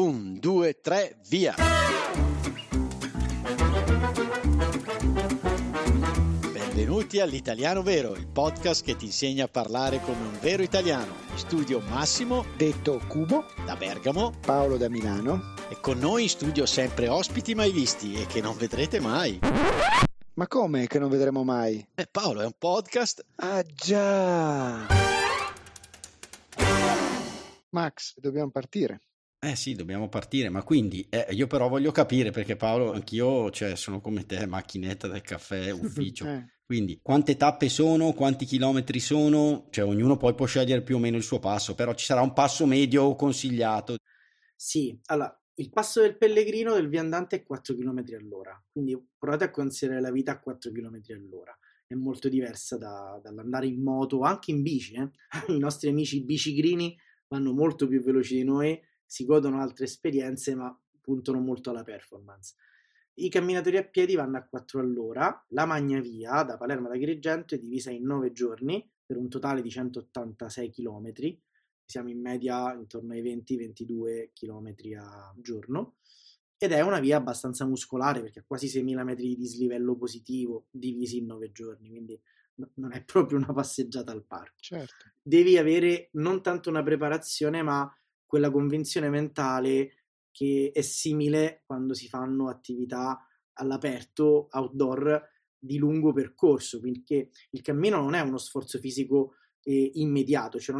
1, 2, 3, via! Benvenuti all'Italiano Vero, il podcast che ti insegna a parlare come un vero italiano. In studio Massimo, detto Cubo, da Bergamo, Paolo da Milano. E con noi in studio sempre ospiti mai visti e che non vedrete mai. Ma come che non vedremo mai? Paolo, è un podcast. Ah già! Max, dobbiamo partire. Sì, dobbiamo partire, ma quindi io però voglio capire, perché Paolo, anch'io, cioè, sono come te, macchinetta del caffè, ufficio. Quindi quante tappe sono, quanti chilometri sono, cioè ognuno poi può scegliere più o meno il suo passo, però ci sarà un passo medio consigliato. Sì, allora, il passo del pellegrino del viandante è 4 km all'ora, quindi provate a considerare la vita a 4 km all'ora. È molto diversa dall'andare in moto o anche in bici. I nostri amici bicigrini vanno molto più veloci di noi, si godono altre esperienze, ma puntano molto alla performance. I camminatori a piedi vanno a 4 all'ora, la Magna Via da Palermo ad Agrigento è divisa in 9 giorni per un totale di 186 km. Siamo in media intorno ai 20-22 km a giorno ed è una via abbastanza muscolare perché ha quasi 6.000 metri di dislivello positivo divisi in 9 giorni, quindi non è proprio una passeggiata al parco. Certo. Devi avere non tanto una preparazione ma quella convinzione mentale che è simile quando si fanno attività all'aperto, outdoor, di lungo percorso, perché il cammino non è uno sforzo fisico immediato, cioè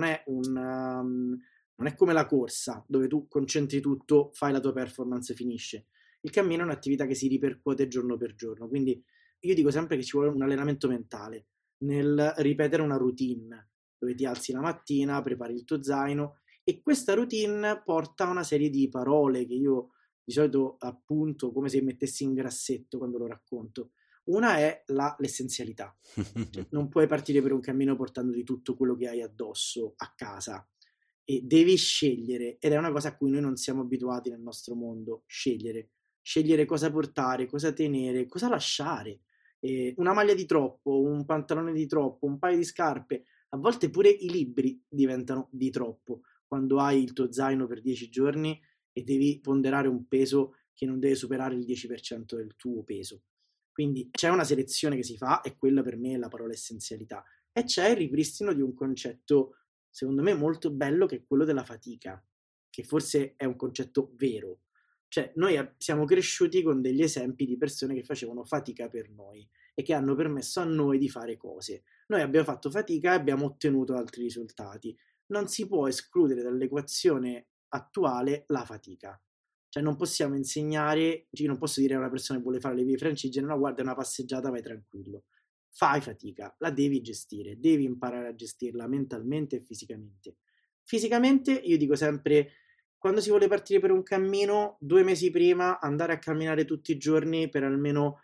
non è come la corsa dove tu concentri tutto, fai la tua performance e finisce. Il cammino è un'attività che si ripercuote giorno per giorno, quindi io dico sempre che ci vuole un allenamento mentale nel ripetere una routine dove ti alzi la mattina, prepari il tuo zaino e questa routine porta a una serie di parole che io di solito appunto come se mettessi in grassetto quando lo racconto. Una è l'essenzialità, cioè, non puoi partire per un cammino portandoti tutto quello che hai addosso a casa e devi scegliere, ed è una cosa a cui noi non siamo abituati nel nostro mondo, scegliere cosa portare, cosa tenere, cosa lasciare, una maglia di troppo, un pantalone di troppo, un paio di scarpe, a volte pure i libri diventano di troppo quando hai il tuo zaino per 10 giorni e devi ponderare un peso che non deve superare il 10% del tuo peso. Quindi c'è una selezione che si fa e quella per me è la parola essenzialità. E c'è il ripristino di un concetto, secondo me, molto bello che è quello della fatica, che forse è un concetto vero. Cioè noi siamo cresciuti con degli esempi di persone che facevano fatica per noi e che hanno permesso a noi di fare cose. Noi abbiamo fatto fatica e abbiamo ottenuto altri risultati. Non si può escludere dall'equazione attuale la fatica. Cioè non possiamo insegnare, io non posso dire a una persona che vuole fare le vie francigene, no guarda è una passeggiata, vai tranquillo. Fai fatica, la devi gestire, devi imparare a gestirla mentalmente e fisicamente. Fisicamente io dico sempre, quando si vuole partire per un cammino, 2 mesi prima andare a camminare tutti i giorni per almeno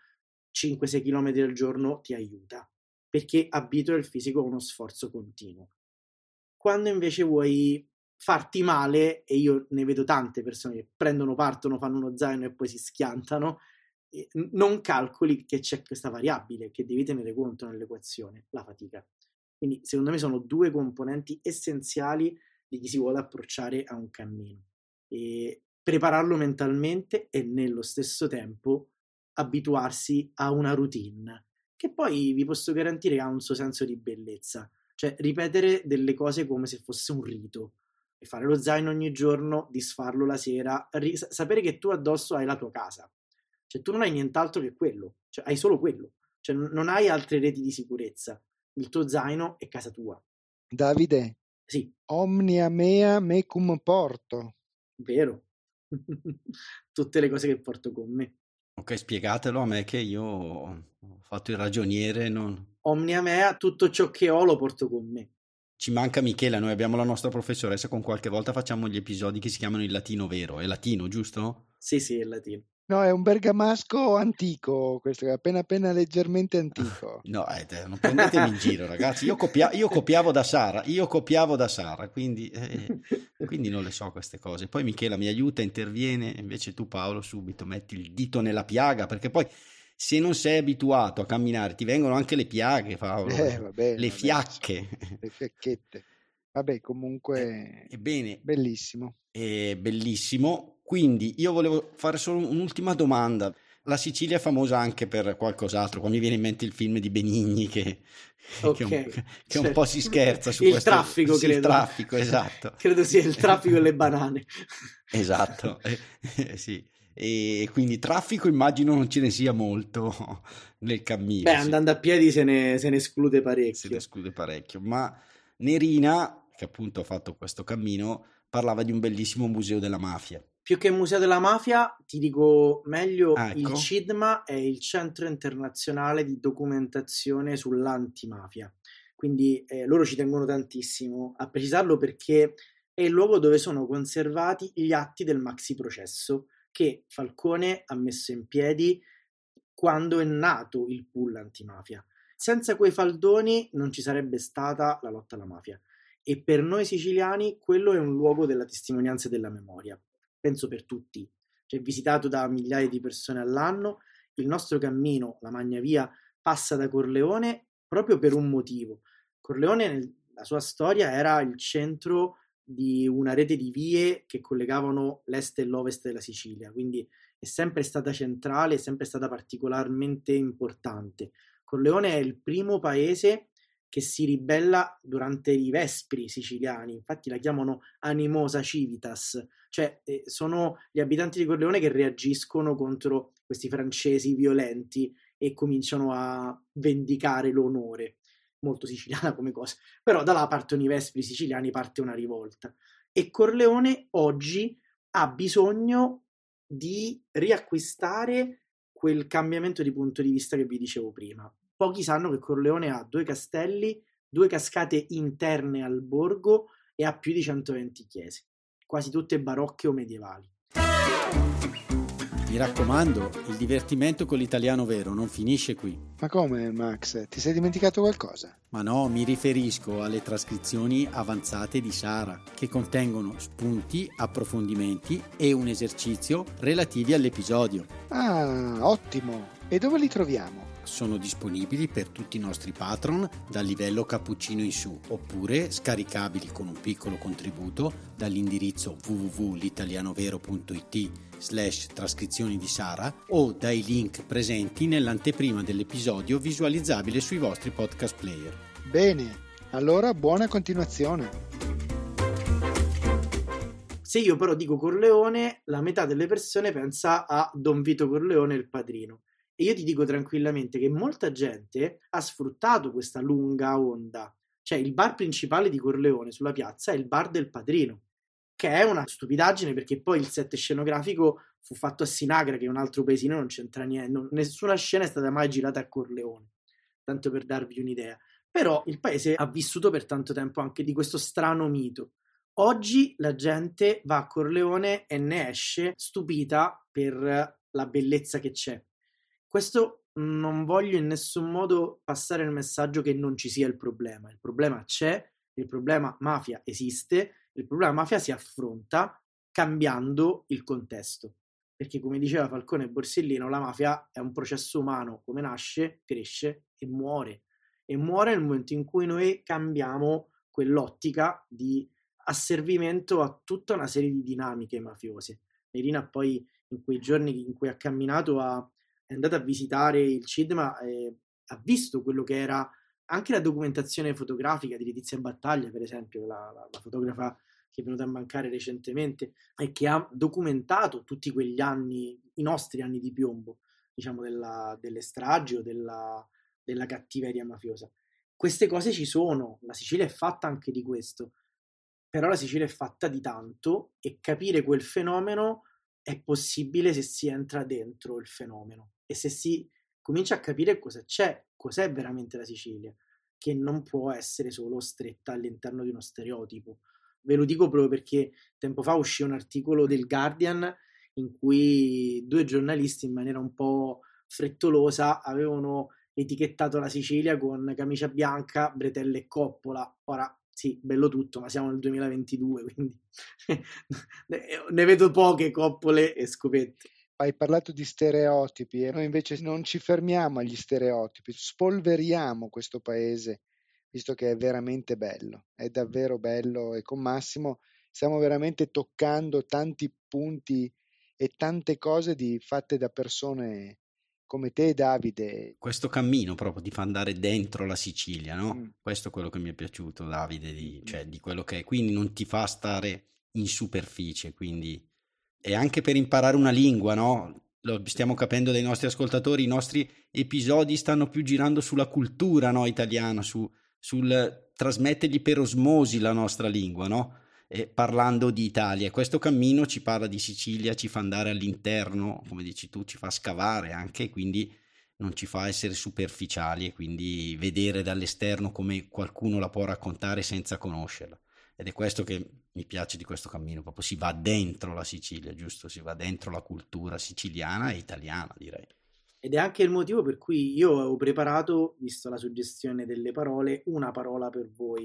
5-6 km al giorno ti aiuta, perché abitua il fisico a uno sforzo continuo. Quando invece vuoi farti male, e io ne vedo tante persone che partono, fanno uno zaino e poi si schiantano, non calcoli che c'è questa variabile che devi tenere conto nell'equazione, la fatica. Quindi secondo me sono 2 componenti essenziali di chi si vuole approcciare a un cammino. E prepararlo mentalmente e nello stesso tempo abituarsi a una routine, che poi vi posso garantire che ha un suo senso di bellezza. Cioè ripetere delle cose come se fosse un rito. E fare lo zaino ogni giorno, disfarlo la sera, sapere che tu addosso hai la tua casa. Cioè tu non hai nient'altro che quello, cioè hai solo quello. Cioè non hai altre reti di sicurezza. Il tuo zaino è casa tua. Davide, sì. Omnia mea mecum porto. Vero. Tutte le cose che porto con me. Ok, spiegatelo a me che io ho fatto il ragioniere. Omnia mea, tutto ciò che ho lo porto con me. Ci manca Michela, noi abbiamo la nostra professoressa con qualche volta facciamo gli episodi che si chiamano il latino vero. È latino, giusto? Sì, è latino. No, è un bergamasco antico, questo è appena leggermente antico. No, non prendetemi in giro, ragazzi. Io copiavo da Sara, quindi non le so queste cose. Poi Michela mi aiuta, interviene, invece tu Paolo subito metti il dito nella piaga, perché poi se non sei abituato a camminare ti vengono anche le piaghe, Paolo, le fiacche. Le fiacchette. Vabbè, comunque ebbene, bellissimo. Bellissimo. Quindi io volevo fare solo un'ultima domanda. La Sicilia è famosa anche per qualcos'altro. Qua mi viene in mente il film di Benigni che un po' si scherza su il questo. traffico, Sì, il credo. traffico, esatto. Credo sia il traffico e le banane. Esatto, sì. E quindi traffico immagino non ce ne sia molto nel cammino. Beh, andando a piedi se ne esclude Se ne parecchio. esclude parecchio. Ma Nerina, che appunto ha fatto questo cammino, parlava di un bellissimo museo della mafia. Più che Museo della Mafia, ti dico meglio, Ah, il ecco. CIDMA è il Centro Internazionale di Documentazione sull'Antimafia. Quindi loro ci tengono tantissimo a precisarlo perché è il luogo dove sono conservati gli atti del maxi processo che Falcone ha messo in piedi quando è nato il pool antimafia. Senza quei faldoni non ci sarebbe stata la lotta alla mafia. E per noi siciliani quello è un luogo della testimonianza e della memoria. Penso per tutti. Cioè, visitato da migliaia di persone all'anno, il nostro cammino, la Magna Via, passa da Corleone proprio per un motivo. Corleone, la sua storia, era il centro di una rete di vie che collegavano l'est e l'ovest della Sicilia, quindi è sempre stata centrale, è sempre stata particolarmente importante. Corleone è il primo paese che si ribella durante i vespri siciliani, infatti la chiamano animosa civitas, cioè sono gli abitanti di Corleone che reagiscono contro questi francesi violenti e cominciano a vendicare l'onore. Molto siciliana come cosa, però da là partono i vespri siciliani, parte una rivolta e Corleone oggi ha bisogno di riacquistare quel cambiamento di punto di vista che vi dicevo prima. Pochi sanno che Corleone ha 2 castelli, 2 cascate interne al borgo e ha più di 120 chiese, quasi tutte barocche o medievali. Mi raccomando, il divertimento con l'italiano vero non finisce qui. Ma come, Max? Ti sei dimenticato qualcosa? Ma no, mi riferisco alle trascrizioni avanzate di Sara, che contengono spunti, approfondimenti e un esercizio relativi all'episodio. Ah, ottimo! E dove li troviamo? Sono disponibili per tutti i nostri patron dal livello cappuccino in su, oppure scaricabili con un piccolo contributo dall'indirizzo www.l'italianovero.it/trascrizioni di Sara o dai link presenti nell'anteprima dell'episodio visualizzabile sui vostri podcast player. Bene, allora buona continuazione. Se io però dico Corleone, la metà delle persone pensa a Don Vito Corleone, il padrino. E io ti dico tranquillamente che molta gente ha sfruttato questa lunga onda. Cioè il bar principale di Corleone sulla piazza è il bar del padrino, che è una stupidaggine perché poi il set scenografico fu fatto a Sinagra, che è un altro paesino, non c'entra niente, nessuna scena è stata mai girata a Corleone, tanto per darvi un'idea. Però il paese ha vissuto per tanto tempo anche di questo strano mito. Oggi la gente va a Corleone e ne esce stupita per la bellezza che c'è. Questo non voglio in nessun modo passare il messaggio che non ci sia il problema c'è, il problema mafia esiste, il problema mafia si affronta cambiando il contesto, perché come diceva Falcone e Borsellino, la mafia è un processo umano, come nasce, cresce e muore nel momento in cui noi cambiamo quell'ottica di asservimento a tutta una serie di dinamiche mafiose. Nerina poi in quei giorni in cui ha camminato è andata a visitare il CIDMA e ha visto quello che era anche la documentazione fotografica di Letizia Battaglia, per esempio, la fotografa che è venuta a mancare recentemente e che ha documentato tutti quegli anni, i nostri anni di piombo, diciamo, delle stragi o della cattiveria mafiosa. Queste cose ci sono, la Sicilia è fatta anche di questo, però la Sicilia è fatta di tanto e capire quel fenomeno è possibile se si entra dentro il fenomeno e se si comincia a capire cosa c'è, cos'è veramente la Sicilia, che non può essere solo stretta all'interno di uno stereotipo. Ve lo dico proprio perché tempo fa uscì un articolo del Guardian in cui 2 giornalisti in maniera un po' frettolosa avevano etichettato la Sicilia con camicia bianca, bretelle e coppola. Ora sì, bello tutto, ma siamo nel 2022, quindi ne vedo poche coppole e scopette. Hai parlato di stereotipi e noi invece non ci fermiamo agli stereotipi, spolveriamo questo paese, visto che è veramente bello, è davvero bello e con Massimo stiamo veramente toccando tanti punti e tante cose fatte da persone come te, Davide. Questo cammino proprio ti fa andare dentro la Sicilia, no? Questo è quello che mi è piaciuto, Davide, cioè di quello che è, quindi non ti fa stare in superficie, quindi e anche per imparare una lingua, no? Lo stiamo capendo dai nostri ascoltatori, i nostri episodi stanno più girando sulla cultura, no, italiana, sul trasmettergli per osmosi la nostra lingua, no? Parlando di Italia. Questo cammino ci parla di Sicilia, ci fa andare all'interno, come dici tu, ci fa scavare anche, quindi non ci fa essere superficiali e quindi vedere dall'esterno come qualcuno la può raccontare senza conoscerla. Ed è questo che mi piace di questo cammino, proprio si va dentro la Sicilia, giusto? Si va dentro la cultura siciliana e italiana, direi. Ed è anche il motivo per cui io avevo preparato, visto la suggestione delle parole, una parola per voi.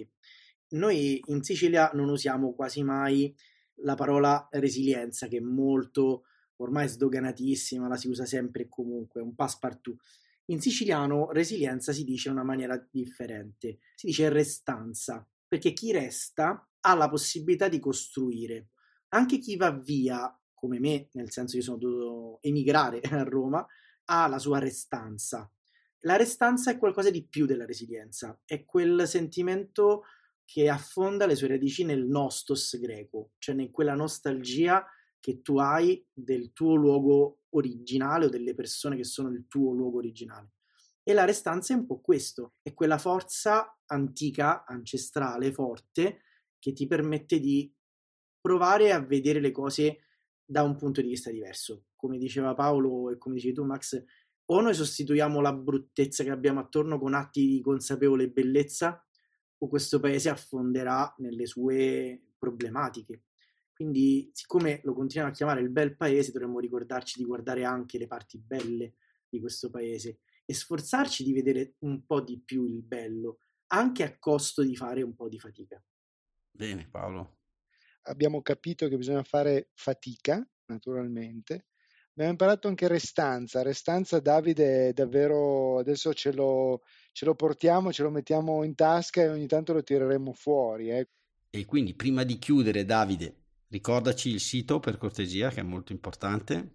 Noi in Sicilia non usiamo quasi mai la parola resilienza, che è molto ormai sdoganatissima, la si usa sempre e comunque, è un passepartout. In siciliano resilienza si dice in una maniera differente, si dice restanza, perché chi resta ha la possibilità di costruire. Anche chi va via, come me, nel senso io sono dovuto emigrare a Roma, ha la sua restanza. La restanza è qualcosa di più della resilienza, è quel sentimento che affonda le sue radici nel nostos greco, cioè in quella nostalgia che tu hai del tuo luogo originale o delle persone che sono il tuo luogo originale. E la restanza è un po' questo, è quella forza antica, ancestrale, forte, che ti permette di provare a vedere le cose da un punto di vista diverso. Come diceva Paolo e come dicevi tu, Max, o noi sostituiamo la bruttezza che abbiamo attorno con atti di consapevole bellezza, o questo paese affonderà nelle sue problematiche. Quindi, siccome lo continuiamo a chiamare il bel paese, dovremmo ricordarci di guardare anche le parti belle di questo paese e sforzarci di vedere un po' di più il bello, anche a costo di fare un po' di fatica. Bene, Paolo. Abbiamo capito che bisogna fare fatica, naturalmente. Abbiamo imparato anche restanza. Restanza, Davide, davvero adesso ce lo portiamo, ce lo mettiamo in tasca e ogni tanto lo tireremo fuori. E quindi prima di chiudere, Davide, ricordaci il sito per cortesia, che è molto importante.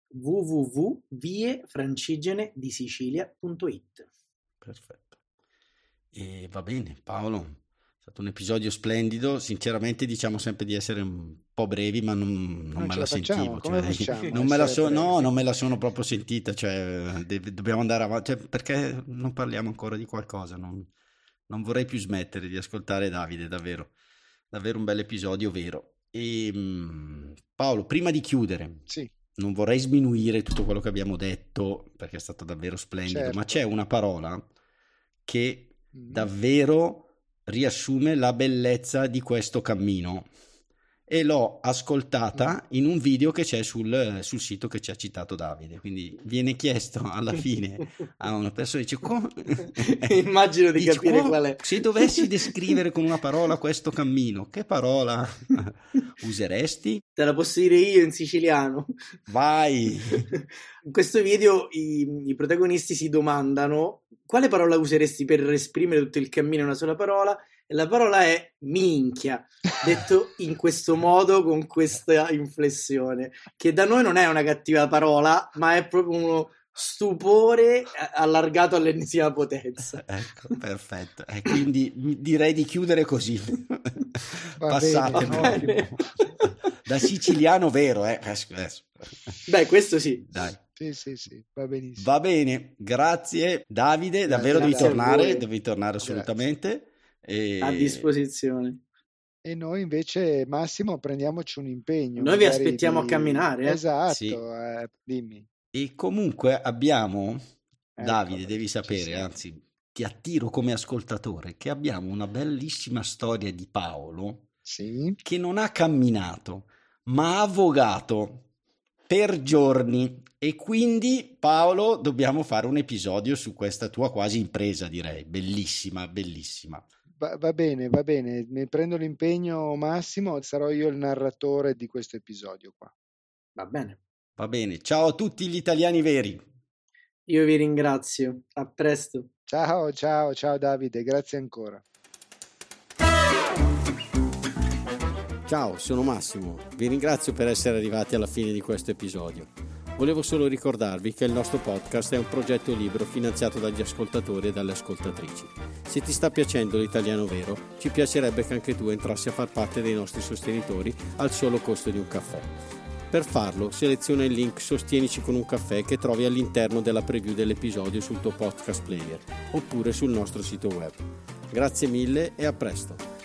www.viefrancigenedisicilia.it. Perfetto. E va bene, Paolo. È stato un episodio splendido, sinceramente diciamo sempre di essere un po' brevi, ma non me la sentivo, come cioè, facciamo? non me la sono proprio sentita, cioè dobbiamo andare avanti, cioè, perché non parliamo ancora di qualcosa, non vorrei più smettere di ascoltare Davide, davvero un bel episodio, vero. E Paolo, prima di chiudere, sì, non vorrei sminuire tutto quello che abbiamo detto perché è stato davvero splendido, certo, ma c'è una parola che davvero riassume la bellezza di questo cammino e l'ho ascoltata in un video che c'è sul sito che ci ha citato Davide, quindi viene chiesto alla fine a una persona, dice immagino di capire qual è. Se dovessi descrivere con una parola questo cammino, che parola useresti? Te la posso dire io in siciliano. Vai! In questo video i protagonisti si domandano quale parola useresti per esprimere tutto il cammino in una sola parola, e la parola è minchia, detto in questo modo, con questa inflessione, che da noi non è una cattiva parola, ma è proprio uno stupore allargato all'ennesima potenza. Ecco, perfetto. Quindi direi di chiudere così. Passate bene. Da siciliano vero, Beh, questo sì. Dai. Sì, va benissimo. Va bene, grazie Davide, davvero devi tornare assolutamente. A disposizione. E noi invece, Massimo, prendiamoci un impegno. Noi vi aspettiamo a camminare. Esatto, sì. Dimmi. E comunque abbiamo, Davide, devi sapere, anzi ti attiro come ascoltatore, che abbiamo una bellissima storia di Paolo che non ha camminato, ma ha vogato per giorni. E quindi, Paolo, dobbiamo fare un episodio su questa tua quasi impresa, direi. Bellissima, bellissima. Va bene, mi prendo l'impegno, Massimo, sarò io il narratore di questo episodio qua. Va bene. Va bene, ciao a tutti gli italiani veri. Io vi ringrazio, a presto. Ciao Davide, grazie ancora. Ciao, sono Massimo. Vi ringrazio per essere arrivati alla fine di questo episodio. Volevo solo ricordarvi che il nostro podcast è un progetto libero finanziato dagli ascoltatori e dalle ascoltatrici. Se ti sta piacendo l'italiano vero, ci piacerebbe che anche tu entrassi a far parte dei nostri sostenitori al solo costo di un caffè. Per farlo, seleziona il link Sostienici con un caffè che trovi all'interno della preview dell'episodio sul tuo podcast player oppure sul nostro sito web. Grazie mille e a presto!